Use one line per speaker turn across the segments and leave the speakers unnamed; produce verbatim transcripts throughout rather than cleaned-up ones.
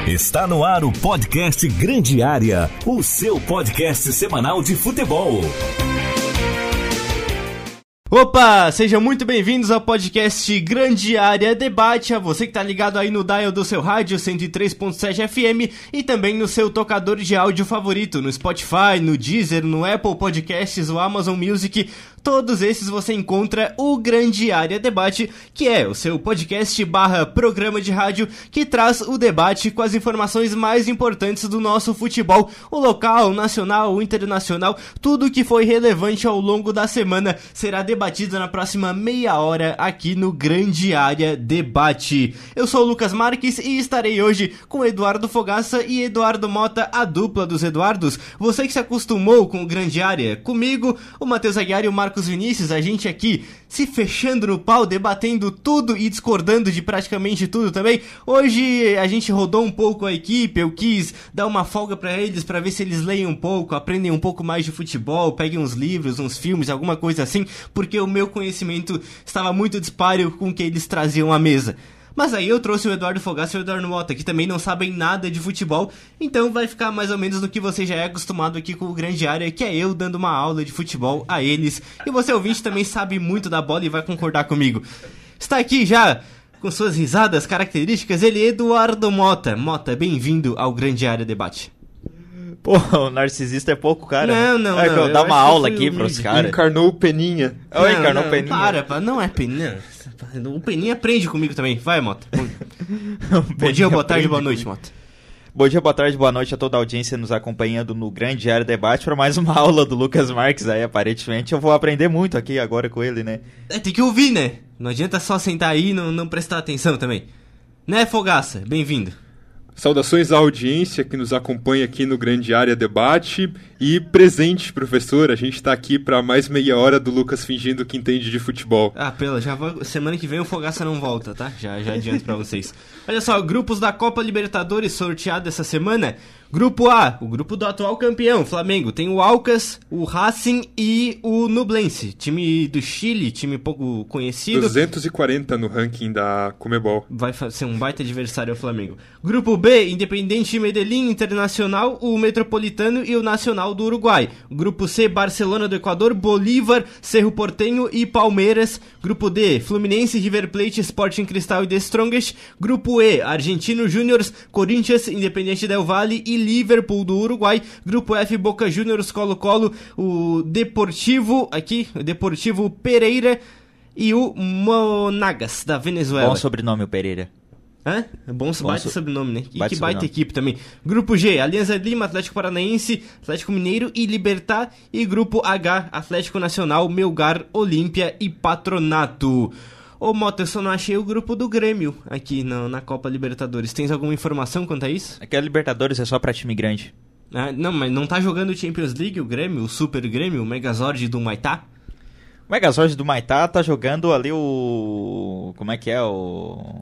Está no ar o podcast Grande Área, o seu podcast semanal de futebol.
Opa, sejam muito bem-vindos ao podcast Grande Área Debate, a você que tá ligado aí no dial do seu rádio cento e três ponto sete F M e também no seu tocador de áudio favorito, no Spotify, no Deezer, no Apple Podcasts, o Amazon Music. Todos esses você encontra o Grande Área Debate, que é o seu podcast barra programa de rádio que traz o debate com as informações mais importantes do nosso futebol, o local, o nacional, o internacional, tudo que foi relevante ao longo da semana será debatido na próxima meia hora aqui no Grande Área Debate. Eu sou o Lucas Marques e estarei hoje com Eduardo Fogaça e Eduardo Mota, a dupla dos Eduardos. Você que se acostumou com o Grande Área, comigo, o Matheus Aguiar e o Marcos Vinícius, a gente aqui se fechando no pau, debatendo tudo e discordando de praticamente tudo também. Hoje a gente rodou um pouco a equipe, eu quis dar uma folga pra eles, pra ver se eles leem um pouco, aprendem um pouco mais de futebol, peguem uns livros, uns filmes, alguma coisa assim, porque o meu conhecimento estava muito disparo com o que eles traziam à mesa. Mas aí eu trouxe o Eduardo Fogaça e o Eduardo Mota, que também não sabem nada de futebol, então vai ficar mais ou menos no que você já é acostumado aqui com o Grande Área, que é eu dando uma aula de futebol a eles. E você, ouvinte, também sabe muito da bola e vai concordar comigo. Está aqui já, com suas risadas características, ele, Eduardo Mota. Mota, bem-vindo ao Grande Área Debate.
Pô, o narcisista é pouco, cara.
Não, não,
é,
não.
Dá uma aula aqui
humilde.
pros caras.
Encarnou o Peninha.
Oi,
não,
encarnou
não,
o Peninha.
Para, para, não é Peninha. O Peninha aprende comigo também. Vai, Mota. Bom dia, boa tarde, boa noite, Mota.
Bom dia, boa tarde, boa noite a toda a audiência nos acompanhando no Grande Área Debate para mais uma aula do Lucas Marques aí, aparentemente. Eu vou aprender muito aqui agora com ele, né?
É, tem que ouvir, né? Não adianta só sentar aí e não, não prestar atenção também. Né, Fogaça? Bem-vindo.
Saudações à audiência que nos acompanha aqui no Grande Área Debate. E presente, professor, a gente está aqui para mais meia hora do Lucas fingindo que entende de futebol.
Ah, pela, já vou, semana que vem o Fogaça não volta, tá? Já, já adianto para vocês. Olha só, grupos da Copa Libertadores sorteado essa semana. Grupo A, o grupo do atual campeão, Flamengo. Tem o Alcas, o Racing e o Nublense. Time do Chile, time pouco conhecido.
duzentos e quarenta no ranking da Comebol.
Vai ser um baita adversário ao Flamengo. Grupo B, Independiente Medellín, Internacional, o Metropolitano e o Nacional do Uruguai. Grupo C, Barcelona do Equador, Bolívar, Cerro Porteño e Palmeiras. Grupo D, Fluminense, River Plate, Sporting Cristal e The Strongest. Grupo E, Argentino Júniors, Corinthians, Independiente Del Valle e Liverpool do Uruguai. Grupo F, Boca Juniors, Colo-Colo, o Deportivo, aqui, o Deportivo Pereira e o Monagas da Venezuela.
Bom sobrenome o Pereira.
Hã? Bom,
Bom
baita
so...
sobrenome, né? E
baita
que baita
sobrenome.
equipe também. Grupo G, Alianza Lima, Atlético Paranaense, Atlético Mineiro e Libertad. E Grupo H, Atlético Nacional, Melgar, Olímpia e Patronato. Ô, Mota, eu só não achei o grupo do Grêmio aqui na, na Copa Libertadores. Tens alguma informação quanto a isso?
É que a Libertadores é só pra time grande.
Ah, não, mas não tá jogando o Champions League, o Grêmio, o Super Grêmio, o Megazord do Maitá?
O Megazord do Maitá tá jogando ali o... Como é que é o...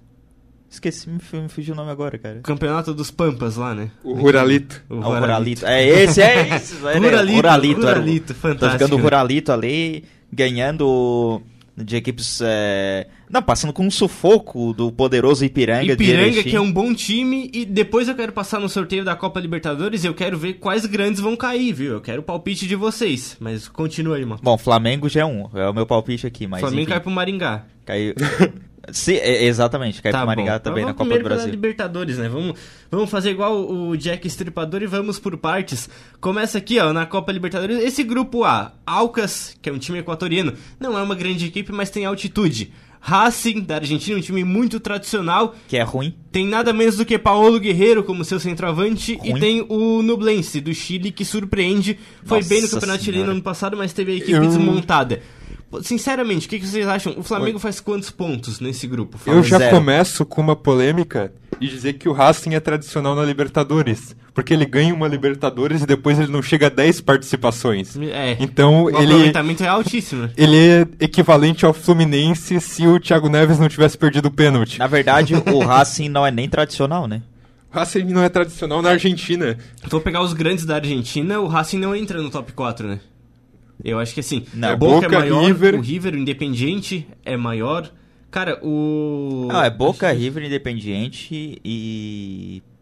Esqueci, me fugiu o nome agora, cara.
O Campeonato dos Pampas lá, né?
O Ruralito.
O
Ah, o Ruralito. É esse, é esse.
Ruralito,
Ruralito,
Ruralito,
Tá
fantástico.
jogando o Ruralito ali, ganhando de equipes... É... Não, passando com um sufoco do poderoso Ipiranga.
Ipiranga,
de Erechim.
que é um bom time, e depois eu quero passar no sorteio da Copa Libertadores e eu quero ver quais grandes vão cair, viu? Eu quero o palpite de vocês, mas continua aí, mano.
Bom, Flamengo já é um, é o meu palpite aqui, mas
Flamengo
enfim,
cai pro Maringá.
caiu... Sim, é, exatamente, cai
Tá
pro Maringá
bom.
também
Então
na
vamos
Copa do
primeiro pela
Brasil.
Libertadores, né? Vamos, vamos fazer igual o Jack Estripador e vamos por partes. Começa aqui, ó, na Copa Libertadores. Esse grupo A, Alcas, que é um time equatoriano, não é uma grande equipe, mas tem altitude. Racing, da Argentina, um time muito tradicional.
Que é ruim.
Tem nada menos do que Paulo Guerreiro como seu centroavante.
Ruim.
E tem o Nublense, do Chile, que surpreende. Foi
Nossa
bem no Campeonato
Senhora.
Chileno ano passado, mas teve a equipe
Eu-
desmontada. Sinceramente, o que que vocês acham? O Flamengo faz quantos pontos nesse grupo? Fala.
Eu já
Zero.
começo com uma polêmica e dizer que o Racing é tradicional na Libertadores. Porque ele ganha uma Libertadores e depois ele não chega a dez participações.
É.
Então
O
ele,
aproveitamento é altíssimo. né?
ele é equivalente ao Fluminense se o Thiago Neves não tivesse perdido o pênalti.
Na verdade, o Racing não é nem tradicional, né?
O Racing não é tradicional na Argentina.
Vou pegar os grandes da Argentina, o Racing não entra no top quatro, né? Eu acho que assim,
Não.
o Boca,
Boca,
é maior,
River.
o River, o Independiente é maior. Cara, o...
Não, é Boca,
acho que-
River, Independiente e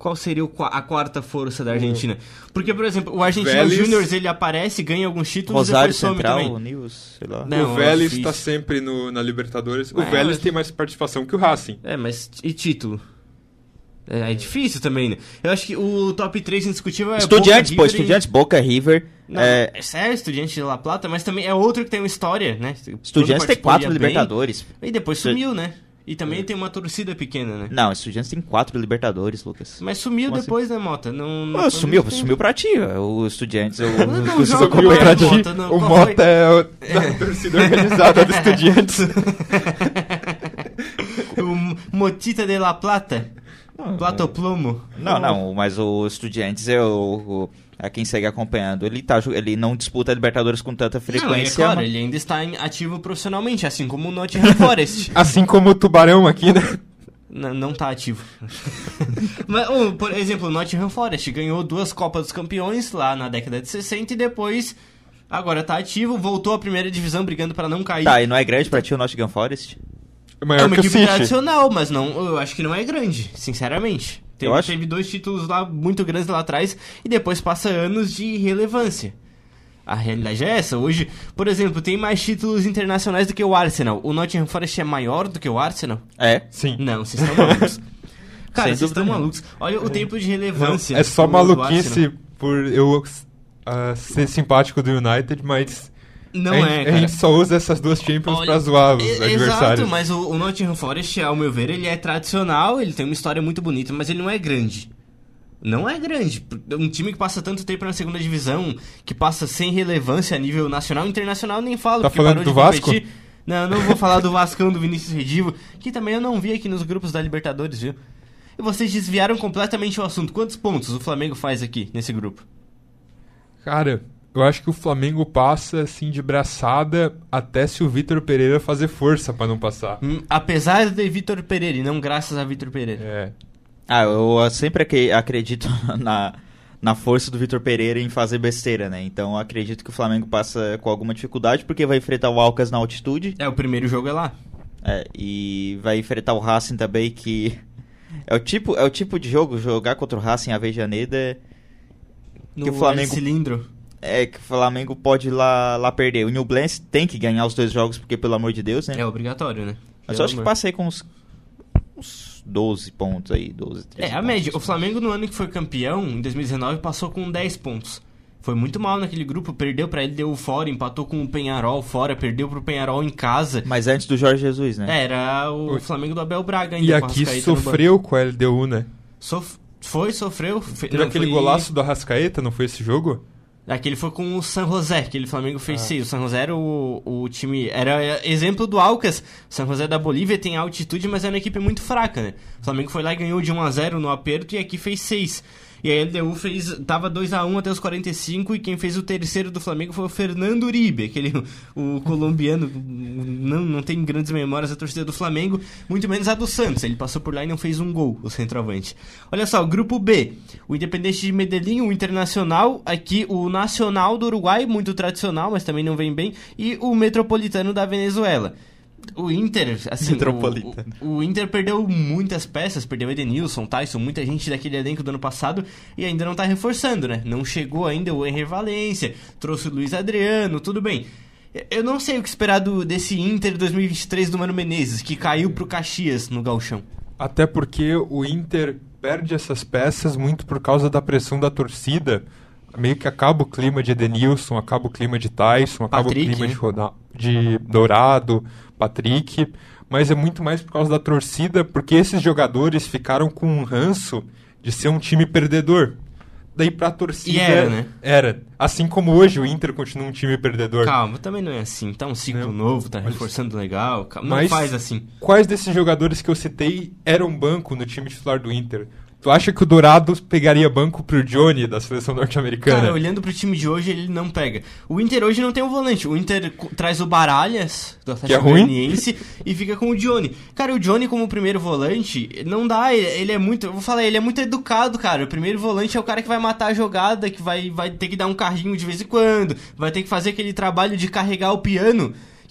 qual seria o, a quarta força da Argentina? Porque, por exemplo, o Argentino
Vélez...
Júnior, ele aparece, ganha alguns títulos
Rosário
e depois some
Central,
também.
News, sei lá.
Não,
o Vélez
é
está sempre no, na Libertadores. O
é,
Vélez
mas...
tem mais participação que o Racing.
É, mas e título? É, é difícil também, né? Eu acho que o top três indiscutível é
Estudiantes,
Boca,
pô,
River
Estudiantes, e... Boca, River.
Não,
é...
é Estudiantes de La Plata, mas também é outro que tem uma história, né?
Estudiantes tem quatro bem, Libertadores.
E depois sumiu, né? E também é. tem uma torcida pequena, né?
Não, Estudiantes tem quatro Libertadores, Lucas.
Mas sumiu
Como
depois,
assim?
né, Mota? Não, não
oh, sumiu, sumiu pra ti. O Estudiantes, o,
não, não,
o,
joga
o,
mais,
pra ti.
Mota, não,
O Mota
foi?
é o, da torcida organizada do Estudiantes.
O Motita de La Plata?
Não,
Platoplomo?
Não, não, mas o Estudiantes é o... A quem segue acompanhando, ele, tá, ele não disputa a Libertadores com tanta frequência.
Não, é claro,
mas...
ele ainda está ativo profissionalmente, assim como o Nottingham Forest.
Assim como o Tubarão aqui, né?
Não, não tá ativo. Mas, oh, por exemplo, o Nottingham Forest ganhou duas Copas dos Campeões lá na década de sessenta e depois, agora tá ativo, voltou à primeira divisão brigando para não cair.
Tá, e não é grande pra ti o Nottingham Forest?
É maior
É uma
que o
equipe
City.
tradicional, mas não, eu acho que não é grande, sinceramente. Teve,
Eu acho...
teve dois títulos lá muito grandes lá atrás e depois passa anos de irrelevância. A realidade é essa. Hoje, por exemplo, tem mais títulos internacionais do que o Arsenal. O Nottingham Forest é maior do que o Arsenal?
É.
Sim.
Não, vocês estão malucos. Cara,
Sem
vocês estão
dúvida
malucos. Olha o tempo de
Não,
relevância.
é só
do- do
maluquice
Arsenal.
por eu uh, ser simpático do United, mas
Não
a,
é,
gente, a
cara.
gente só usa essas duas Champions
Olha,
pra zoar os
e-
adversários.
Exato, mas o, o Nottingham Forest, ao meu ver, ele é tradicional, ele tem uma história muito bonita, mas ele não é grande. Não é grande. Um time que passa tanto tempo na segunda divisão, que passa sem relevância a nível nacional e internacional, nem falo.
Tá
porque
falando
parou
do
de
Vasco?
competir. Não, não vou falar do Vascão, do Vinícius Redivo, que também eu não vi aqui nos grupos da Libertadores, viu? E vocês desviaram completamente o assunto. Quantos pontos o Flamengo faz aqui, nesse grupo?
Cara, eu acho que o Flamengo passa assim de braçada até se o Vitor Pereira fazer força pra não passar.
Hum, apesar de Vitor Pereira, e não graças a Vitor Pereira.
É.
Ah, eu sempre ac- acredito na, na força do Vitor Pereira em fazer besteira, né? Então eu acredito que o Flamengo passa com alguma dificuldade, porque vai enfrentar o Alcas na altitude.
É, o primeiro jogo é lá.
É, e vai enfrentar o Racing também, que é o tipo, é o tipo de jogo, jogar contra o Racing em Avejaneda, é
No
que o Flamengo
cilindro.
é que o Flamengo pode ir lá, lá perder. O Nublense tem que ganhar os dois jogos, porque pelo amor de Deus, né?
É obrigatório, né?
Mas
Pelo
eu acho que
amor.
passa aí com uns, uns doze pontos aí, doze, treze
É, a
pontos.
média. O Flamengo, no ano que foi campeão, em dois mil e dezenove, passou com dez pontos. Foi muito mal naquele grupo, perdeu pra ele, deu fora, empatou com o Penharol fora, perdeu pro Penharol em casa.
Mas antes do Jorge Jesus, né?
É, era o
Oi.
Flamengo do Abel Braga ainda.
E
com a
aqui
Arrascaeta no banco.
sofreu com a L D U, né?
Sof... Foi, sofreu. Fe...
Teve
não,
aquele
foi...
golaço do Arrascaeta, não foi esse jogo?
Aquele foi com o San José, aquele Flamengo fez
Ah.
seis. O San José era o, o time... Era exemplo do Alcas. O San José da Bolívia tem altitude, mas é uma equipe muito fraca, né? O Flamengo foi lá e ganhou de um a zero no aperto e aqui fez seis. E a L D U fez, tava dois a um até os quarenta e cinco e quem fez o terceiro do Flamengo foi o Fernando Uribe, aquele o colombiano, não, não tem grandes memórias da torcida do Flamengo, muito menos a do Santos, ele passou por lá e não fez um gol, o centroavante. Olha só, o grupo B, o Independente de Medellín, o Internacional, aqui o Nacional do Uruguai, muito tradicional, mas também não vem bem, e o Metropolitano da Venezuela. O Inter, assim,
Metropolitano.
o, o Inter perdeu muitas peças, perdeu Edenilson, Tyson, muita gente daquele elenco do ano passado e ainda não tá reforçando, né? Não chegou ainda o Henry Valência, trouxe o Luiz Adriano, tudo bem. Eu não sei o que esperar do, desse Inter dois mil e vinte e três do Mano Menezes, que caiu pro Caxias no Gauchão.
Até porque o Inter perde essas peças muito por causa da pressão da torcida. Meio que acaba o clima de Edenilson, acaba o clima de Tyson, acaba
Patrick,
o clima
né?
de, Roda- de Dourado, Patrick. Mas é muito mais por causa da torcida, porque esses jogadores ficaram com um ranço de ser um time perdedor. Daí pra torcida...
E era, né?
Era. Assim como hoje o Inter continua um time perdedor.
Calma, também não é assim. Tá um ciclo
Não.
novo, tá
Mas-
reforçando legal. Calma, não
Mas
faz assim.
Quais desses jogadores que eu citei eram banco no time titular do Inter? Tu acha que o Dourado pegaria banco pro Johnny da seleção norte-americana?
Cara, olhando pro time de hoje, ele não pega. O Inter hoje não tem um volante. O Inter co- traz o Baralhas, do
Que é
Atlético
ruim.
Goianiense, e fica com o Johnny. Cara, o Johnny como primeiro volante, não dá, ele, ele é muito... Eu vou falar, ele é muito educado, cara. O primeiro volante é o cara que vai matar a jogada, que vai, vai ter que dar um carrinho de vez em quando, vai ter que fazer aquele trabalho de carregar o piano,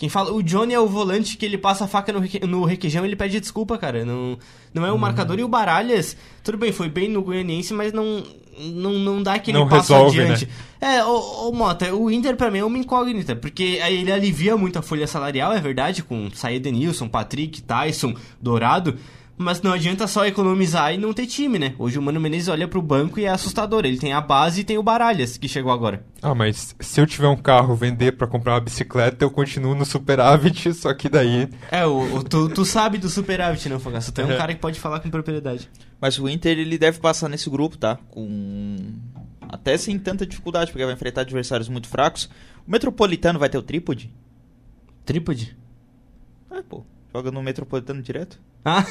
Quem fala, o Johnny é o volante que ele passa a faca no, reque, no requeijão e ele pede desculpa, cara. Não, não é o marcador. E o Baralhas, tudo bem, foi bem no Goianiense, mas não, não, não dá aquele
não
passo
resolve,
adiante.
Né?
É, o, o Mota, o Inter pra mim é uma incógnita, porque aí ele alivia muito a folha salarial, é verdade, com sair Denilson, Patrick, Tyson, Dourado, mas não adianta só economizar e não ter time, né? Hoje o Mano Menezes olha pro banco e é assustador. Ele tem a base e tem o Baralhas, que chegou agora.
Ah, mas se eu tiver um carro, vender pra comprar uma bicicleta, eu continuo no superávit, só que daí...
É, o, o, tu, tu sabe do superávit, não, Fogaça? Tu é um cara que pode falar com propriedade.
Mas o Inter, ele deve passar nesse grupo, tá? Com... Até sem tanta dificuldade, porque vai enfrentar adversários muito fracos. O Metropolitano vai ter o trípode?
Trípode?
É, pô. Joga no Metropolitano direto?
Ah,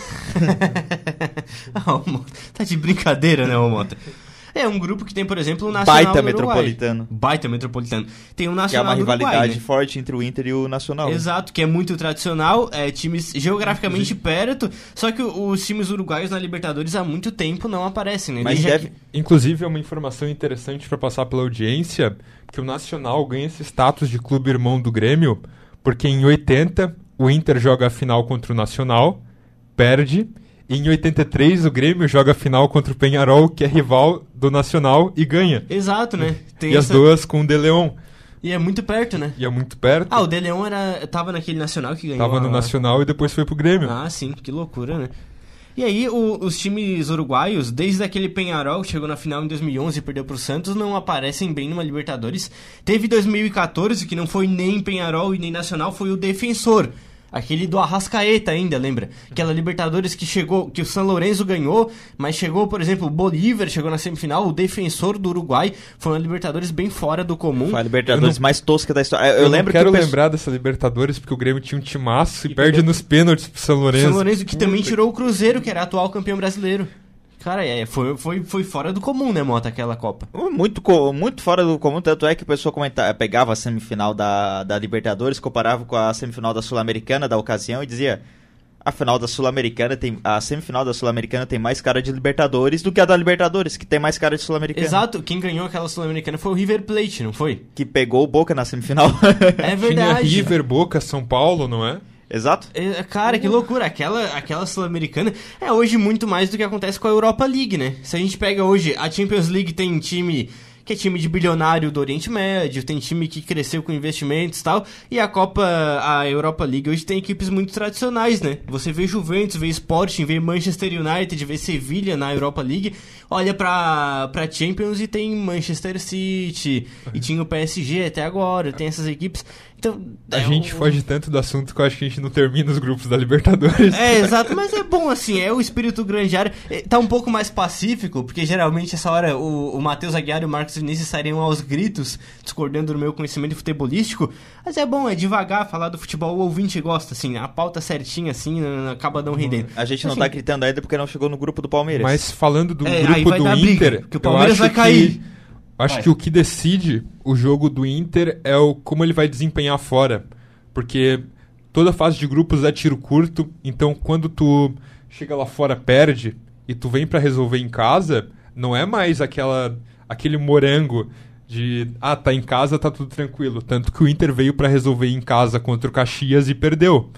ah ô, Mota, tá de brincadeira, né, ô Mota? É um grupo que tem, por exemplo, o Nacional
Baita
do Uruguai.
Metropolitano.
Baita Metropolitano. Tem o
Que é
Nacional
uma
do Uruguai,
rivalidade
né?
forte entre o Inter e o Nacional.
Exato, que é muito tradicional, é, times geograficamente perto, só que os times uruguaios na Libertadores há muito tempo não aparecem, né?
Mas
Desde
deve...
aqui-
Inclusive, é uma informação interessante para passar pela audiência, que o Nacional ganha esse status de clube irmão do Grêmio, porque em oitenta o Inter joga a final contra o Nacional, perde, e em oitenta e três o Grêmio joga a final contra o Peñarol, que é rival do Nacional, e ganha.
Exato, né? Tem
E as
essa-
duas com o De Leon.
E é muito perto, né?
E é muito perto.
Ah, o De Leon era... tava naquele Nacional que ganhou.
Tava no
a-
Nacional e depois foi pro Grêmio.
Ah, sim, que loucura, né? E aí, o- os times uruguaios, desde aquele Peñarol que chegou na final em dois mil e onze e perdeu pro Santos, não aparecem bem numa Libertadores. Teve dois mil e quatorze, que não foi nem Peñarol e nem Nacional, foi o Defensor. Aquele do Arrascaeta ainda, lembra? Aquela Libertadores que chegou, que o São Lourenço ganhou, mas chegou, por exemplo, o Bolívar chegou na semifinal, o Defensor do Uruguai, foi uma Libertadores bem fora do comum.
Foi a Libertadores
Eu não-
mais tosca da história. Eu,
Eu,
lembro
não quero
que o pesso-
lembrar dessa Libertadores, porque o Grêmio tinha um timaço e,
E
perde
perdeu-
nos pênaltis pro São
O
Lourenço.
São Lourenço que também
Puta
tirou o Cruzeiro, que era atual campeão brasileiro. Cara, é, foi, foi, foi fora do comum, né, Mota, aquela Copa.
Muito, co- muito fora do comum, tanto é que a pessoa comenta, pegava a semifinal da, da Libertadores, comparava com a semifinal da Sul-Americana da ocasião e dizia: a final da Sul-Americana tem. A semifinal da Sul-Americana tem mais cara de Libertadores do que a da Libertadores, que tem mais cara de Sul-Americana.
Exato, quem ganhou aquela Sul-Americana foi o River Plate, não foi?
Que pegou o Boca na semifinal.
É
Tinha
verdade.
River, Boca, São Paulo, não é?
Exato.
É, cara, que loucura. Aquela, aquela Sul-Americana é hoje muito mais do que acontece com a Europa League, né? Se a gente pega hoje, a Champions League tem time que é time de bilionário do Oriente Médio, tem time que cresceu com investimentos e tal, e a Copa, a Europa League hoje tem equipes muito tradicionais, né? Você vê Juventus, vê Sporting, vê Manchester United, vê Sevilha na Europa League, olha pra, pra Champions e tem Manchester City, e tinha o P S G até agora, tem essas equipes. Então,
A
é
gente
um-
foge tanto do assunto que eu acho que a gente não termina os grupos da Libertadores.
É, exato, mas é bom assim, é o espírito grandiário. É, tá um pouco mais pacífico, porque geralmente essa hora o, o Matheus Aguiar e o Marcos Vinícius estariam aos gritos, discordando do meu conhecimento futebolístico. Mas é bom, é devagar, falar do futebol, o ouvinte gosta, assim, a pauta certinha, assim, não- não acaba não rendendo.
A gente não
Assim,
tá gritando ainda porque não chegou no grupo do Palmeiras.
Mas falando do
É, aí
grupo
vai
do
dar briga,
Inter,
porque o Palmeiras
eu
vai
acho
cair.
Que, acho
Vai.
que o que decide o jogo do Inter é o como ele vai desempenhar fora. Porque toda fase de grupos é tiro curto, então quando tu chega lá fora, perde, e tu vem pra resolver em casa, não é mais aquela aquele morango de, ah, tá em casa, tá tudo tranquilo. Tanto que o Inter veio pra resolver em casa contra o Caxias e perdeu.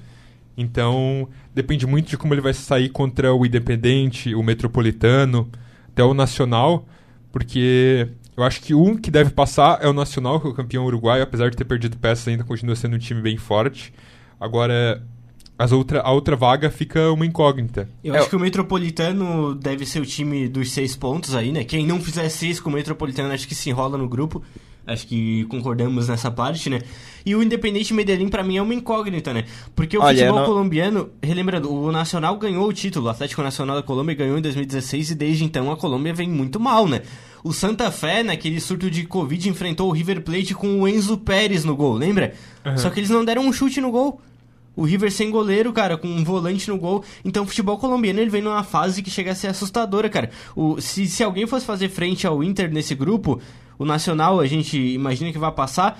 Então, depende muito de como ele vai sair contra o Independente, o Metropolitano, até o Nacional, porque eu acho que um que deve passar é o Nacional, que é o campeão uruguaio, apesar de ter perdido peças, ainda continua sendo um time bem forte. Agora, as outra, a outra vaga fica uma incógnita.
Eu
É,
acho que o Metropolitano deve ser o time dos seis pontos aí, né? Quem não fizer seis com o Metropolitano, acho que se enrola no grupo. Acho que concordamos nessa parte, né? E o Independente Medellín, pra mim, é uma incógnita, né? Porque o
Olha,
futebol
eu não-
colombiano, relembrando, o Nacional ganhou o título, o Atlético Nacional da Colômbia ganhou em dois mil e dezesseis e desde então a Colômbia vem muito mal, né? O Santa Fé, naquele surto de Covid, enfrentou o River Plate com o Enzo Pérez no gol, lembra?
Uhum.
Só que eles não deram um chute no gol. O River sem goleiro, cara, com um volante no gol. Então o futebol colombiano ele vem numa fase que chega a ser assustadora, cara. O, se, se alguém fosse fazer frente ao Inter nesse grupo, o Nacional a gente imagina que vai passar.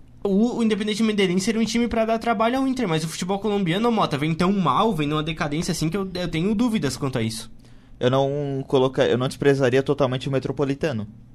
O, o Independente Medellín seria um time pra dar trabalho ao Inter, mas o futebol colombiano, Mota, vem tão mal, vem numa decadência assim que eu, eu tenho dúvidas quanto a isso.
Eu não coloca... eu não desprezaria totalmente o Metropolitano.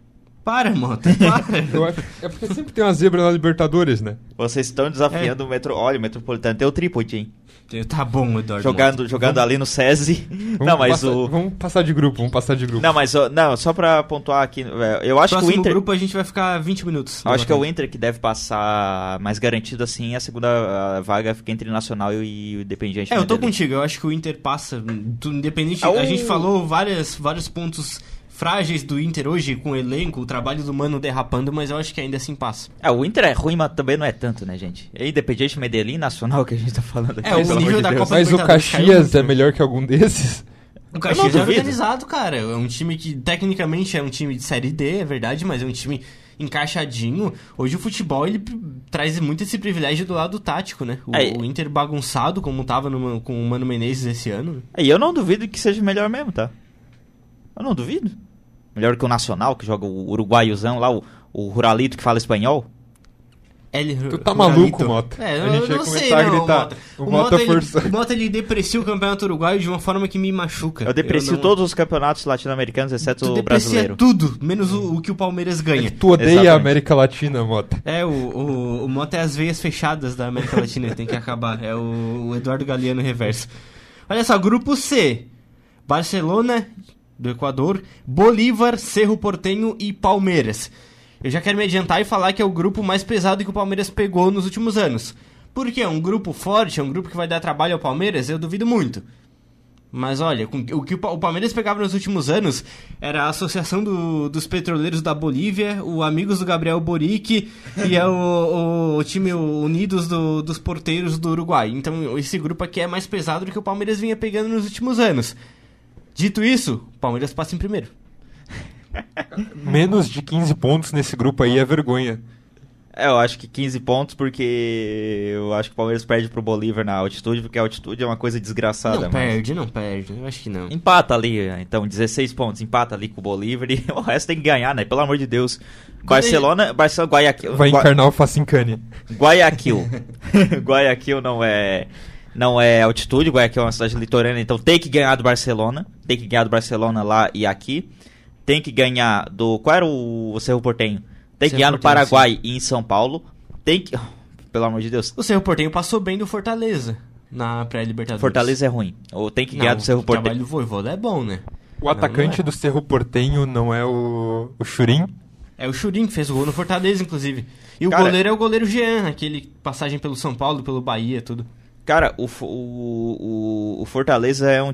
Para, Mota, para.
Eu acho, é porque sempre tem uma zebra na Libertadores, né?
Vocês estão desafiando
É.
o Metro... Olha, o Metropolitano tem o Tripod, hein?
Tá bom, Eduardo.
Jogando, jogando ali no SESI.
Vamos
Não, mas
passar,
o...
Vamos passar de grupo, vamos passar de grupo.
Não, mas ó, não, só pra pontuar aqui, é, eu acho
Próximo
que o Inter...
grupo a gente vai ficar vinte minutos.
Eu acho que é o Inter que deve passar mais garantido assim, a segunda a vaga fica entre Nacional e o Independiente.
É, eu tô
Medellín.
contigo, eu acho que o Inter passa, tu- independente,
É o-
a gente falou várias, vários pontos frágeis do Inter hoje, com o elenco, o trabalho do Mano derrapando, mas eu acho que ainda assim passa.
É, o Inter é ruim, mas também não é tanto, né, gente? É Independiente, Medellín, Nacional que a gente tá falando aqui.
É, o
pelo
nível
amor de
da
Deus.
Copa
Mas o
Libertadores caiu
Caxias
muito.
é melhor que algum desses?
O Caxias é
duvido.
organizado, cara, é um time que tecnicamente é um time de Série D, é verdade, mas é um time encaixadinho. Hoje o futebol, ele p- traz muito esse privilégio do lado tático, né? O,
É.
o Inter bagunçado, como tava no- com o Mano Menezes esse ano.
E eu não duvido que seja melhor mesmo, tá? Eu não duvido. Melhor que o Nacional, que joga o uruguaiozão lá, o, o Ruralito que fala espanhol.
Ele,
Tu tá
o
maluco,
Ruralito.
Mota.
É,
A
eu,
gente
eu
vai
não
começar
sei,
a
não,
gritar.
Mota.
O
O
Mota
Mota, ele,
força-
o Mota, ele deprecia o campeonato uruguaio de uma forma que me machuca.
Eu deprecio
não-
todos os campeonatos latino-americanos, exceto
Tu
o
deprecia
brasileiro.
tudo, menos o, o que o Palmeiras ganha.
Tu odeia
Exatamente.
a América Latina, Mota.
É, o, o, o Mota é as veias fechadas da América Latina, tem que acabar. É o, o Eduardo Galeano reverso. Olha só, grupo C. Barcelona, do Equador, Bolívar, Cerro Porteño e Palmeiras. Eu já quero me adiantar e falar que é o grupo mais pesado que o Palmeiras pegou nos últimos anos. Por quê? É um grupo forte, é um grupo que vai dar trabalho ao Palmeiras? Eu duvido muito. Mas olha, com- o que o Pa- o Palmeiras pegava nos últimos anos era a Associação do- dos Petroleiros da Bolívia, o Amigos do Gabriel Boric e é o, o- o time Unidos do- dos Porteiros do Uruguai. Então esse grupo aqui é mais pesado do que o Palmeiras vinha pegando nos últimos anos. Dito isso, o Palmeiras passa em primeiro.
Menos de quinze pontos nesse grupo aí é vergonha.
É, eu acho que quinze pontos, porque eu acho que o Palmeiras perde pro Bolívar na altitude, porque a altitude é uma coisa desgraçada.
Não
mas-
perde, não perde. Eu acho que não.
Empata ali, então, dezesseis pontos, empata ali com o Bolívar e o resto tem que ganhar, né? Pelo amor de Deus. Barcelona, Barcelona, Guayaquil.
Vai
Gua-
encarnar o Facincani.
Guayaquil. Guayaquil não é não é altitude, Guayaquil é uma cidade litorânea, então tem que ganhar do Barcelona, tem que ganhar do Barcelona lá e aqui. Tem que ganhar do... Qual era o Cerro Porteño? Tem que
Cerro
ganhar no
Porteño,
Paraguai e em São Paulo. Tem que... Pelo amor de Deus.
O Cerro Porteño passou bem do Fortaleza na pré-Libertadores.
Fortaleza é ruim. Ou tem que ganhar
Não,
do Cerro
o trabalho
Porteño.
do Voivoda é bom, né?
O atacante
não é.
do Cerro Porteño não é o, o Churin?
É o Churin que fez o gol no Fortaleza, inclusive. E o
Cara-
goleiro é o goleiro Jean, aquele passagem pelo São Paulo, pelo Bahia, tudo.
Cara, o, Fo- o, o, o Fortaleza é um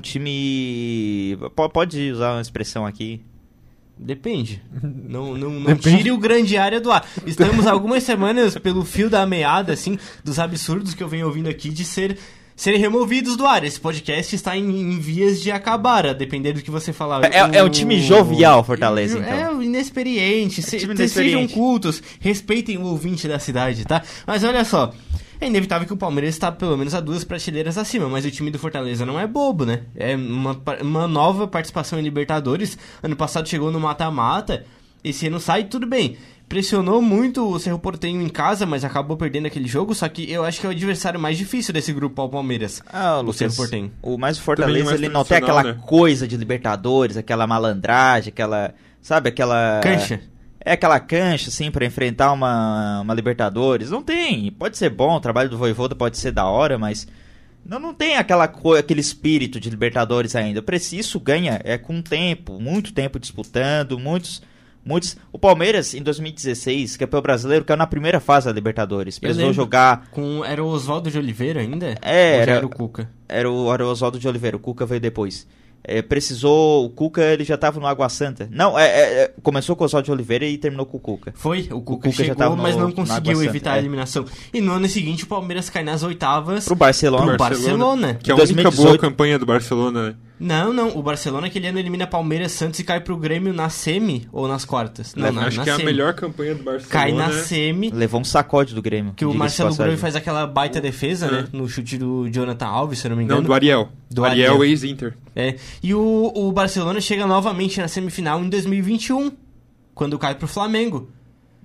time... po- Pode usar uma expressão aqui.
Depende. Não, não, não
Depende.
tire o grande área do ar. Estamos algumas semanas pelo fio da meada, assim, dos absurdos que eu venho ouvindo aqui de ser, serem removidos do ar. Esse podcast está em, em vias de acabar, a depender do que você falar.
É- é um time jovial, Fortaleza, então.
É, o inexperiente. Se,
time
se- sejam
inexperiente.
cultos, respeitem o ouvinte da cidade, tá? Mas olha só. É inevitável que o Palmeiras está pelo menos a duas prateleiras acima, mas o time do Fortaleza não é bobo, né? É uma, pa- uma nova participação em Libertadores. Ano passado chegou no mata-mata, esse ano sai, tudo bem. Pressionou muito o Cerro Porteño em casa, mas acabou perdendo aquele jogo, só que eu acho que é o adversário mais difícil desse grupo ao Palmeiras.
Ah,
o
Lucas,
Cerro Porteño.
o mais o
Também
Fortaleza,
mais
ele não tem
tradicional,
aquela
né?
coisa de Libertadores, aquela malandragem, aquela... Sabe, aquela...
Cancha.
É aquela cancha, assim, pra enfrentar uma, uma Libertadores. Não tem. Pode ser bom, o trabalho do Voivoda pode ser da hora, mas... Não, não tem aquela co... aquele espírito de Libertadores ainda. Pra esse- Isso ganha é com tempo, muito tempo disputando, muitos... muitos... O Palmeiras, em dois mil e dezesseis, campeão brasileiro, caiu na primeira fase da Libertadores.
Eu
Precisou
lembro.
jogar...
Com, era o Oswaldo de Oliveira ainda?
É,
Ou já
era-
era o Cuca.
Era o, era o Oswaldo de Oliveira, o Cuca veio depois. É, precisou, o Cuca ele já tava no Água Santa. Não, é, é, é, começou com o Oswaldo de Oliveira e terminou com o Cuca.
Foi, o Cuca,
Cuca já
chegou,
tava no-
mas não
na
conseguiu
Água Santa,
evitar a
é.
eliminação. E no ano seguinte o Palmeiras cai nas oitavas
Pro Barcelona.
pro Barcelona.
Que é a
dois
única
mil e
boa
dezoito.
campanha do Barcelona, né?
Não, não, o Barcelona aquele ano elimina Palmeiras, Santos e cai pro Grêmio na semi ou nas quartas? Não,
Leva-
na,
Acho
na
que é a
semi.
melhor campanha do Barcelona.
Cai na
né?
semi,
Levou um sacode do Grêmio.
que o
diga-se de
Marcelo
passagem.
Groi faz aquela baita defesa,
É.
né? No chute do Jonathan Alves, se eu não me engano.
Não, do Ariel.
Do
Ariel,
Ariel.
ex-Inter.
É. E o, o Barcelona chega novamente na semifinal em dois mil e vinte e um, quando cai pro Flamengo.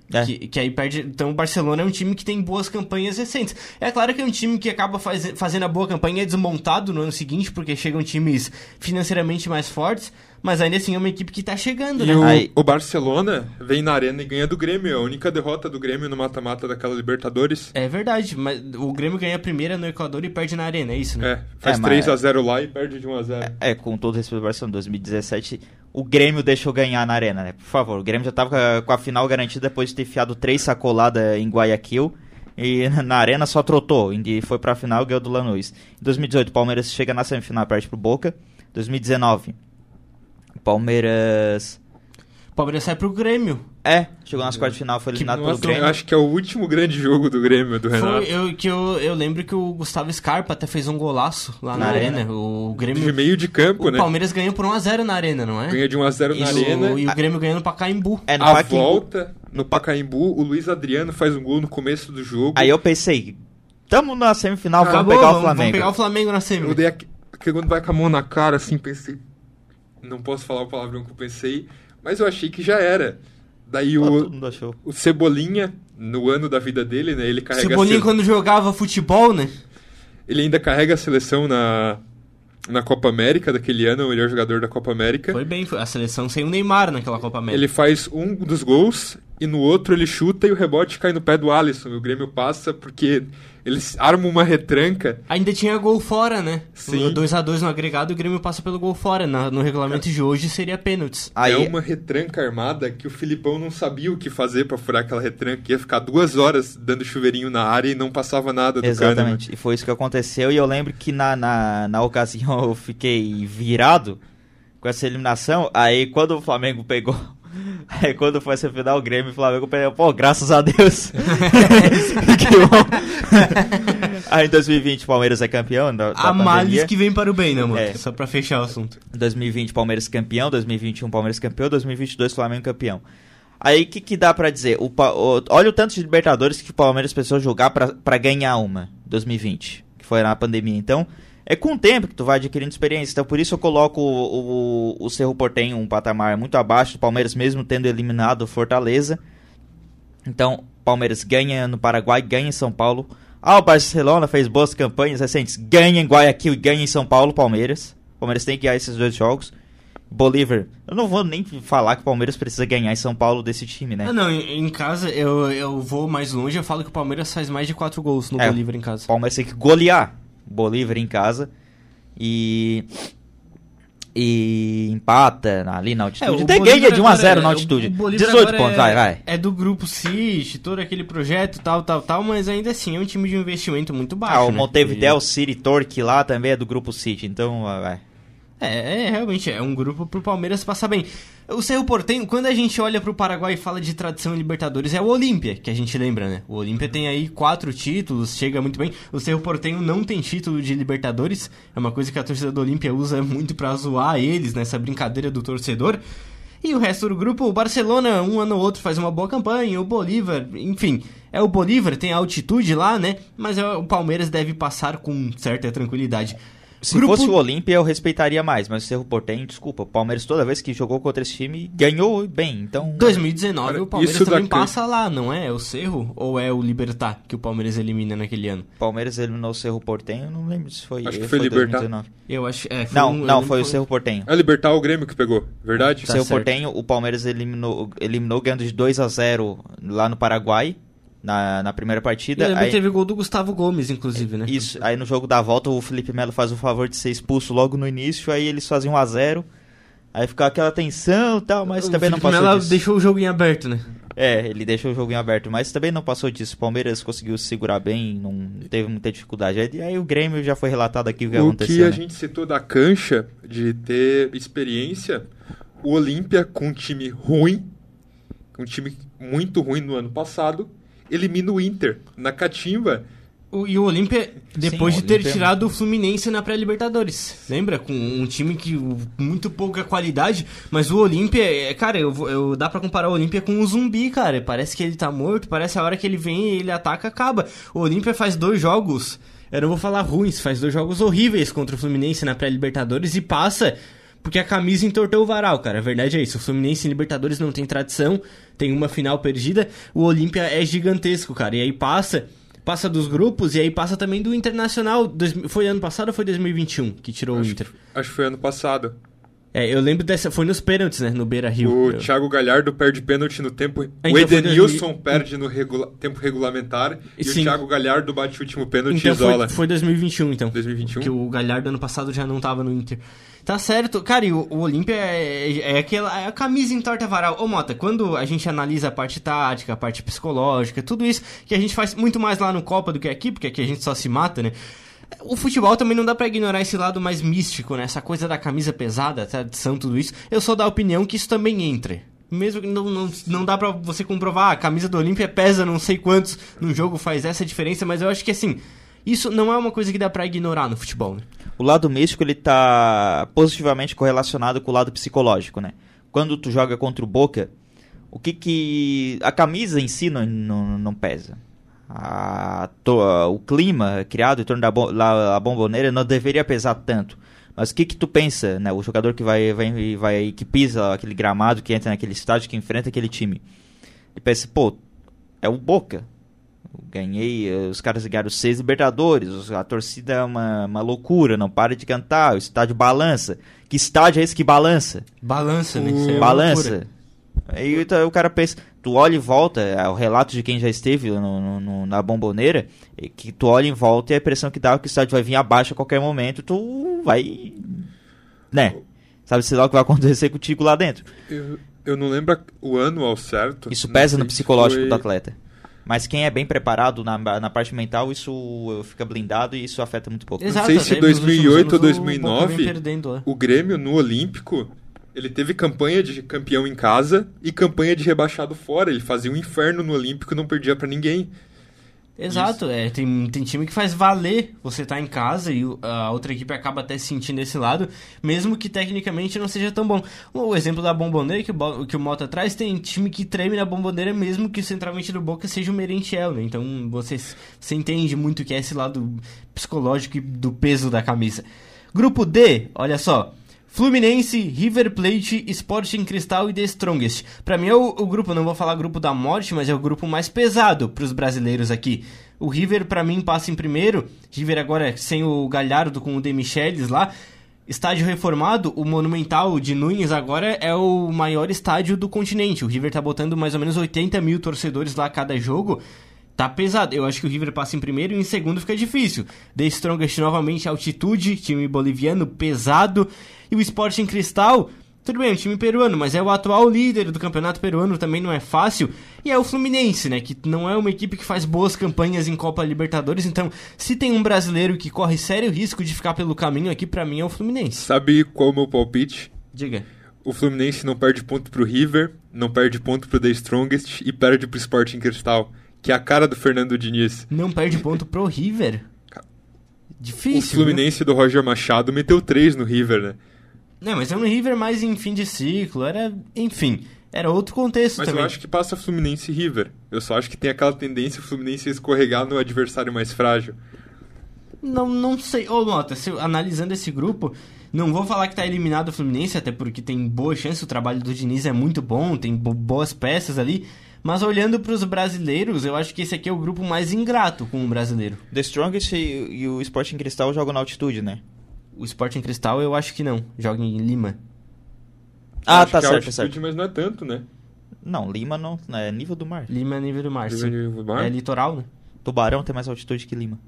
É. Que, que aí perde. Então o Barcelona é um time que tem boas campanhas recentes. É claro que é um time que acaba faz, fazendo a boa campanha e é desmontado no ano seguinte, porque chegam times financeiramente mais fortes, mas ainda assim é uma equipe que tá chegando,
e
né?
O,
aí...
o Barcelona vem na arena e ganha do Grêmio. A única derrota do Grêmio no mata-mata daquela Libertadores.
É verdade, mas o Grêmio ganha a primeira no Equador e perde na arena, é isso, né?
É, faz
é,
três a zero lá e perde de um a zero.
É, é, com todo respeito ao Barcelona, dois mil e dezessete, o Grêmio deixou ganhar na arena, né? Por favor, o Grêmio já tava com a, com a final garantida depois de ter enfiado três sacoladas em Guayaquil. E na arena só trotou, e foi pra final e ganhou do Lanús. Em dois mil e dezoito, o Palmeiras chega na semifinal e perde pro Boca. dois mil e dezenove, o Palmeiras...
O Palmeiras sai pro Grêmio.
É, chegou nas quartas de final, foi eliminado
Nossa,
pelo Grêmio.
Eu acho que é o último grande jogo do Grêmio, do Renato.
Foi, eu, que eu, eu lembro que o Gustavo Scarpa até fez um golaço lá na, na arena. arena. O Grêmio...
De meio de campo,
o
né?
O Palmeiras ganhou por um a zero na arena, não é?
Ganha de um a zero na arena.
O, e o Grêmio ganhando no Pacaembu.
É, no
a
Pacaembu.
volta, no Pacaembu, o Luiz Adriano faz um gol no começo do jogo.
Aí eu pensei, tamo na semifinal,
Acabou,
vamos pegar
vamos,
o Flamengo.
Vamos pegar o Flamengo na semifinal.
Eu dei aqui, porque quando vai com a mão na cara, assim, pensei... Não posso falar o palavrão que eu pensei, mas eu achei que já era. Daí
Pô,
o,
todo mundo achou.
o Cebolinha, no ano da vida dele, né? Ele carrega
Cebolinha
a se...
quando jogava futebol, né?
Ele ainda carrega a seleção na, na Copa América daquele ano, o melhor jogador da Copa América.
Foi bem, foi a seleção sem o Neymar naquela Copa América.
Ele faz um dos gols e no outro ele chuta e o rebote cai no pé do Alisson. O Grêmio passa porque eles armam uma retranca.
Ainda tinha gol fora, né?
Sim.
dois a dois no agregado e o Grêmio passa pelo gol fora. Na, no regulamento de hoje seria pênaltis.
Aí...
É uma retranca armada que o Filipão não sabia o que fazer pra furar aquela retranca. Ia ficar duas horas dando chuveirinho na área e não passava nada do
Exatamente,
cano.
E foi isso que aconteceu. E eu lembro que na, na, na ocasião eu fiquei virado com essa eliminação. Aí quando o Flamengo pegou... Aí quando foi essa final, o Grêmio e o Flamengo pegou, pô, graças a Deus. Que bom. Aí em dois mil e vinte o Palmeiras é campeão da, da
a males
pandemia.
que vem para o bem, né, mano?
É.
Só pra fechar o assunto.
dois mil e vinte Palmeiras campeão, dois mil e vinte e um Palmeiras campeão, dois mil e vinte e dois Flamengo campeão. Aí o que, que dá pra dizer? O, o, olha o tanto de Libertadores que o Palmeiras precisou jogar pra, pra ganhar uma, dois mil e vinte, que foi na pandemia. Então, é com o tempo que tu vai adquirindo experiência. Então, por isso eu coloco o, o, o Cerro Porteño um patamar muito abaixo do Palmeiras, mesmo tendo eliminado o Fortaleza. Então, Palmeiras ganha no Paraguai, ganha em São Paulo. Ah, o Barcelona fez boas campanhas recentes, ganha em Guayaquil e ganha em São Paulo, Palmeiras. O Palmeiras tem que ganhar esses dois jogos. Bolívar, eu não vou nem falar que o Palmeiras precisa ganhar em São Paulo desse time, né?
Ah, não, em, em casa eu, eu vou mais longe, eu falo que o Palmeiras faz mais de quatro gols no
É,
Bolívar em casa.
O Palmeiras tem que golear o Bolívar em casa e e empata ali na altitude.
É,
Tem ganha de um a zero
agora,
na altitude.
o Bolívar
dezoito
agora
pontos,
é,
vai, vai.
É do grupo City, todo aquele projeto, tal, tal, tal, mas ainda assim é um time de investimento muito baixo.
Ah, o
né?
Montevideo
E...
City Torque lá também é do grupo City, então vai.
É, é, realmente, é um grupo pro Palmeiras passar bem. O Cerro Porteño, quando a gente olha pro Paraguai e fala de tradição em Libertadores, é o Olímpia, que a gente lembra, né? O Olímpia tem aí quatro títulos, chega muito bem. O Cerro Porteño não tem título de Libertadores, é uma coisa que a torcida do Olímpia usa muito pra zoar eles, nessa brincadeira do torcedor. E o resto do grupo, o Barcelona, um ano ou outro faz uma boa campanha, o Bolívar, enfim, é o Bolívar, tem a altitude lá, né? Mas é, o Palmeiras deve passar com certa tranquilidade.
Se
Grupo...
fosse o Olímpia, eu respeitaria mais, mas o Cerro Porteño, desculpa, o Palmeiras toda vez que jogou contra esse time, ganhou bem, então...
dois mil e dezenove
Cara,
o Palmeiras
isso
também
da...
passa lá, não é? É o Cerro ou é o Libertad que o Palmeiras elimina naquele ano?
O Palmeiras eliminou o Cerro Porteño, não lembro se foi...
Acho que foi Libertad.
dois mil e dezenove.
Eu acho... É, foi
Não,
um,
não, foi
foi
o Cerro Porteño.
É Libertar o Grêmio que pegou, verdade?
O
Tá
Cerro
certo.
Porteño, o Palmeiras eliminou, eliminou ganhando de dois a zero lá no Paraguai, na, na primeira
E
partida.
lembra
Aí,
que teve gol do Gustavo Gomes, inclusive, né?
isso, aí no jogo da volta o Felipe Melo faz o favor de ser expulso logo no início, aí eles fazem um a zero, aí fica aquela tensão e tal, mas
o
também não
Felipe
passou
Melo
disso.
deixou o jogo em aberto, né?
É, ele deixou o jogo em aberto, mas também não passou disso. O Palmeiras conseguiu se segurar bem, não teve muita dificuldade. Aí, aí o Grêmio já foi relatado aqui o que
O
aconteceu,
que a
né?
gente citou da cancha, de ter experiência, o Olímpia com um time ruim, com um time muito ruim no ano passado, elimina o Inter na catimba.
O, e o Olímpia, depois
Sim,
de ter
o Olímpia é
tirado o Fluminense na pré-Libertadores. Lembra? Com um time que muito pouca qualidade, mas o Olímpia, é, cara, eu, eu, dá pra comparar o Olímpia com o Zumbi, cara. Parece que ele tá morto, parece a hora que ele vem e ele ataca, acaba. O Olímpia faz dois jogos, eu não vou falar ruins, faz dois jogos horríveis contra o Fluminense na pré-Libertadores e passa porque a camisa entortou o varal, cara. A verdade é isso. O Fluminense em Libertadores não tem tradição, tem uma final perdida. O Olímpia é gigantesco, cara. E aí passa, passa dos grupos e aí passa também do Internacional. Dois, foi ano passado ou foi dois mil e vinte e um que tirou
Acho,
o Inter?
acho que foi ano passado.
É, eu lembro dessa, foi nos pênaltis, né, no Beira-Rio.
O
eu...
Thiago Galhardo perde pênalti no tempo,
então
o Edenilson
dois mil...
perde no regula... tempo regulamentar e
Sim.
o Thiago Galhardo bate o último pênalti
então
e isola.
Foi, foi dois mil e vinte e um, então.
dois mil e vinte e um?
Que o Galhardo ano passado já não tava no Inter. Tá certo. Cara, e o, o Olímpia é, é, aquela, é a camisa entorta varal. Ô, Mota, quando a gente analisa a parte tática, a parte psicológica, tudo isso que a gente faz muito mais lá no Copa do que aqui, porque aqui a gente só se mata, né? O futebol também não dá pra ignorar esse lado mais místico, né? Essa coisa da camisa pesada, a tradição, tudo isso. Eu sou da opinião que isso também entra. Mesmo que não, não, não dá pra você comprovar, a camisa do Olímpia pesa não sei quantos no jogo, faz essa diferença, mas eu acho que assim, isso não é uma coisa que dá pra ignorar no futebol, né?
O lado místico, ele tá positivamente correlacionado com o lado psicológico, né? Quando tu joga contra o Boca, o que que... A camisa em si não, não, não pesa. A, to, o clima criado em torno da bo, la, a Bombonera não deveria pesar tanto. Mas o que que tu pensa, né? O jogador que vai, vai, vai que pisa aquele gramado, que entra naquele estádio, que enfrenta aquele time. Ele pensa, pô, é o Boca. Eu ganhei, os caras ganharam seis Libertadores, a torcida é uma, uma loucura, não para de cantar, o estádio balança. Que estádio é esse que balança?
Balança, né? Isso é
Balança.
loucura.
Aí então, o cara pensa, tu olha em volta, é o relato de quem já esteve no, no, na Bombonera, que tu olha em volta e a impressão que dá é que o estádio vai vir abaixo a qualquer momento, tu vai, né, sabe-se lá o que vai acontecer contigo lá dentro.
Eu, eu não lembro o ano ao certo.
Isso pesa no psicológico
foi...
do atleta. Mas quem é bem preparado na, na parte mental, isso fica blindado e isso afeta muito pouco.
Exato,
não sei se
até
dois mil e oito ou
nos últimos anos
dois mil e
o Boca vem
nove,
perdendo lá.
o Grêmio no Olímpico, ele teve campanha de campeão em casa e campanha de rebaixado fora. Ele fazia um inferno no Olímpico e não perdia pra ninguém.
Exato, é, tem, tem time que faz valer você tá em casa e a outra equipe acaba até sentindo esse lado, mesmo que tecnicamente não seja tão bom. O exemplo da Bombonera que o, que o Mota traz, tem time que treme na Bombonera mesmo que o centroavante do Boca seja o Merentiel, né? Então você, você entende muito que é esse lado psicológico e do peso da camisa. Grupo D, olha só. Fluminense, River Plate, Sporting Cristal e The Strongest. Pra mim é o, o grupo, não vou falar grupo da morte, mas é o grupo mais pesado pros brasileiros aqui. O River pra mim passa em primeiro, River agora sem o Galhardo com o De Michelis lá. Estádio reformado, o Monumental de Nunes agora é o maior estádio do continente. O River tá botando mais ou menos oitenta mil torcedores lá a cada jogo. Tá pesado, eu acho que o River passa em primeiro e em segundo fica difícil. The Strongest novamente, altitude, time boliviano, pesado. E o Sporting Cristal, tudo bem, é um time peruano, mas é o atual líder do campeonato peruano, também não é fácil. E é o Fluminense, né, que não é uma equipe que faz boas campanhas em Copa Libertadores. Então, se tem um brasileiro que corre sério risco de ficar pelo caminho aqui, pra mim é o Fluminense.
Sabe qual é o meu palpite?
Diga.
O Fluminense não perde ponto pro River, não perde ponto pro The Strongest e perde pro Sporting Cristal. Que é a cara do Fernando Diniz.
Não perde ponto pro River? Difícil,
o Fluminense, né? Do Roger Machado meteu três no River, né?
Não, mas é um River mais em fim de ciclo, era... Enfim, era outro contexto
mas
também.
Mas eu acho que passa Fluminense e River. Eu só acho que tem aquela tendência o Fluminense a escorregar no adversário mais frágil.
Não, não sei. Ô, Mota, se, analisando esse grupo... Não vou falar que tá eliminado o Fluminense, até porque tem boa chance, o trabalho do Diniz é muito bom, tem bo- boas peças ali... Mas olhando para os brasileiros, eu acho que esse aqui é o grupo mais ingrato com o brasileiro.
The Strongest e, e o Sporting Cristal jogam na altitude, né?
O Sporting Cristal eu acho que não. Joga em Lima.
Ah,
acho
tá
que
certo,
é altitude,
certo.
Mas não é tanto, né?
Não, Lima não, é nível do mar.
Lima é nível do mar, sim.
Nível do mar?
É litoral, né?
Tubarão tem mais altitude que Lima.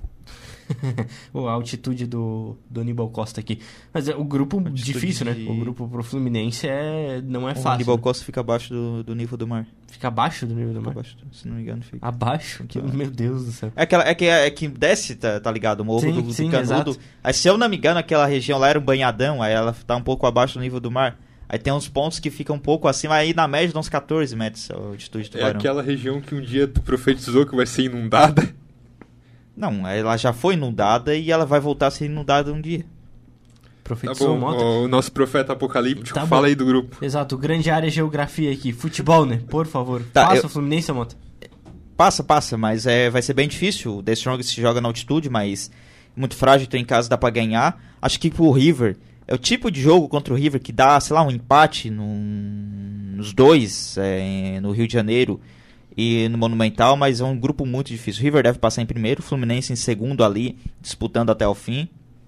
Ou a altitude do, do Aníbal Costa aqui. Mas é o grupo
altitude
difícil,
de...
né? O grupo pro Fluminense é... não é
o
fácil.
O Aníbal
né?
Costa fica abaixo do, do nível do mar.
Fica abaixo do nível do
fica
mar?
Abaixo, se não me engano, fica.
Abaixo? Que, meu Deus do céu.
É, aquela, é, que, é que desce, tá, tá ligado? O morro
sim,
do, do
sim,
Canudo.
exato.
Aí, se eu não me engano, aquela região lá era um banhadão, aí ela tá um pouco abaixo do nível do mar. Aí tem uns pontos que ficam um pouco acima, aí na média dá uns catorze metros a altitude do
É
Tubarão.
aquela região que um dia tu profetizou que vai ser inundada.
Não, ela já foi inundada e ela vai voltar a ser inundada um dia.
Tá
Profetizou
bom,
Mota.
o nosso profeta apocalíptico,
Tá
fala
bom.
aí do grupo.
Exato, grande área geografia aqui. Futebol, né? Por favor.
Tá,
Passa
eu-
o Fluminense, Mota.
Passa, passa, mas é, vai ser bem difícil. O The Strongest joga na altitude, mas muito frágil, então em casa dá pra ganhar. Acho que pro River, É o tipo de jogo contra o River que dá, sei lá, um empate num, nos dois, é, no Rio de Janeiro e no Monumental, mas é um grupo muito difícil. O River deve passar em primeiro, o Fluminense em segundo ali, disputando até o fim.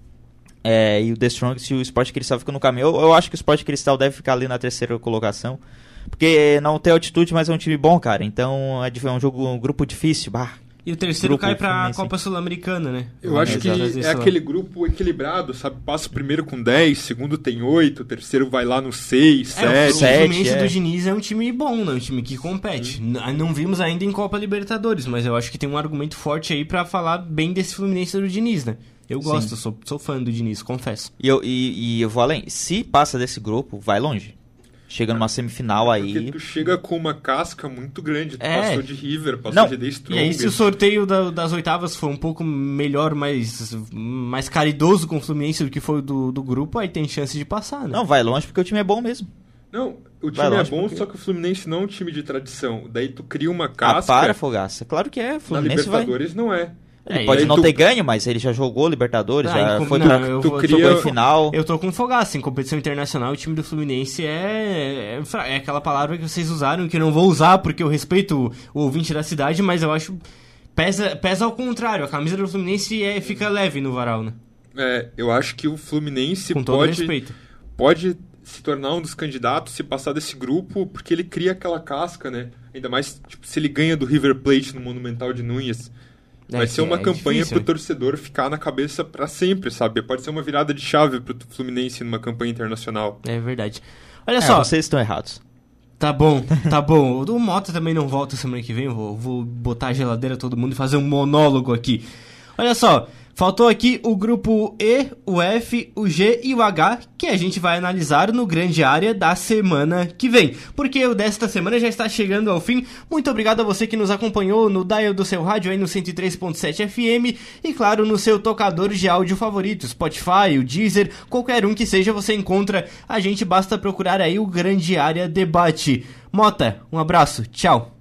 É, e o The Strongest e o Sport Cristal ficam no caminho. Eu, eu acho que o Sport Cristal deve ficar ali na terceira colocação, porque não tem altitude, mas é um time bom, cara. Então é um jogo, um grupo difícil. Bah.
E o terceiro grupo cai pra Copa Sul-Americana, né?
Eu acho que é aquele grupo equilibrado, sabe? Passa o primeiro com dez, segundo tem oito, o terceiro vai lá no seis,
é,
sete.
O Fluminense é. do Diniz é um time bom, né? Um time que compete. Sim. Não vimos ainda em Copa Libertadores, mas eu acho que tem um argumento forte aí pra falar bem desse Fluminense do Diniz, né? Eu gosto, sou, sou fã do Diniz, confesso.
E eu, e, e eu vou além. Se passa desse grupo, vai longe. Chega numa semifinal aí...
Porque tu chega com uma casca muito grande. Tu
é.
passou de River, passou
Não.
de The Strongest.
E aí, se o sorteio da, das oitavas for um pouco melhor, mais, mais caridoso com o Fluminense do que foi do, do grupo, aí tem chance de passar, né?
Não, vai longe porque o time é bom mesmo.
Não, o time é bom, porque... só que o Fluminense não é um time de tradição. Daí tu cria uma casca...
Ah, para, Fogaça. Claro que é. O Fluminense
na Libertadores
vai...
não é.
Ele
é,
pode não
tu...
ter ganho, mas ele já jogou Libertadores,
ah,
já
com...
foi
não,
pra...
eu
tu
vou...
cria em final.
Eu tô com Fogaça, em competição internacional o time do Fluminense é... é é aquela palavra que vocês usaram, que eu não vou usar porque eu respeito o ouvinte da cidade, mas eu acho... Pesa, pesa ao contrário, a camisa do Fluminense é... fica leve no varal, né?
É, eu acho que o Fluminense
com todo
pode...
respeito.
Pode se tornar um dos candidatos se passar desse grupo, porque ele cria aquela casca, né? Ainda mais tipo, se ele ganha do River Plate no Monumental de Núñez.
É,
vai ser uma
é
campanha
difícil,
pro né? torcedor ficar na cabeça pra sempre, sabe? Pode ser uma virada de chave pro Fluminense numa campanha internacional.
É verdade. Olha
é,
só.
Vocês estão errados.
Tá bom, tá bom. O Mota também não volta semana que vem. Eu vou, vou botar a geladeira todo mundo e fazer um monólogo aqui. Olha só. Faltou aqui o grupo E, o F, o G e o H, que a gente vai analisar no Grande Área da semana que vem. Porque o desta semana já está chegando ao fim. Muito obrigado a você que nos acompanhou no dial do seu rádio aí no cento e três ponto sete F M e, claro, no seu tocador de áudio favorito, Spotify, o Deezer, qualquer um que seja, você encontra a gente, basta procurar aí o Grande Área Debate. Mota, um abraço, tchau.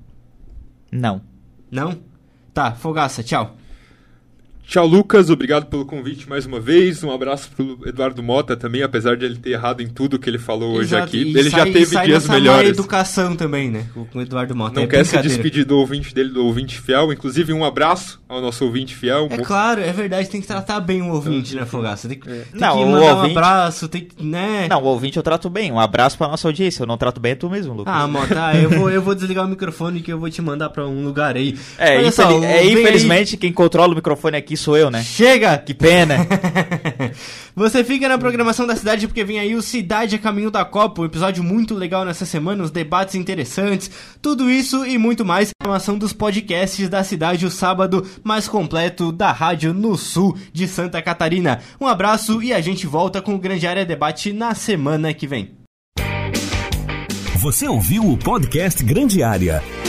Não.
Não? Tá, Fogaça, tchau.
Tchau, Lucas. Obrigado pelo convite mais uma vez. Um abraço pro Eduardo Mota também, apesar de ele ter errado em tudo que ele falou hoje
Exato.
aqui.
E
ele
sai,
já teve
sai
dias melhores.
Educação também, né? Com o Eduardo Mota.
Não
é
quer se despedir do ouvinte dele, do ouvinte fiel. Inclusive, um abraço ao nosso ouvinte fiel.
É claro, é verdade. Tem que tratar bem o ouvinte, né, Fogaça? Tem,
é.
tem
não,
que mandar
ouvinte...
um abraço, tem que, né?
Não, o ouvinte eu trato bem. Um abraço pra nossa audiência. Eu não trato bem é tu mesmo, Lucas.
Ah, Mota, eu vou, eu vou desligar o microfone que eu vou te mandar pra um lugar aí.
É,
Olha
infeliz...
só,
é infelizmente
aí...
quem controla o microfone aqui sou eu, né?
Chega!
Que pena!
Você fica na programação da cidade porque vem aí o Cidade a Caminho da Copa, um episódio muito legal nessa semana, os debates interessantes, tudo isso e muito mais. Programação dos podcasts da cidade, o sábado mais completo da rádio no sul de Santa Catarina. Um abraço e a gente volta com o Grande Área Debate na semana que vem.
Você ouviu o podcast Grande Área.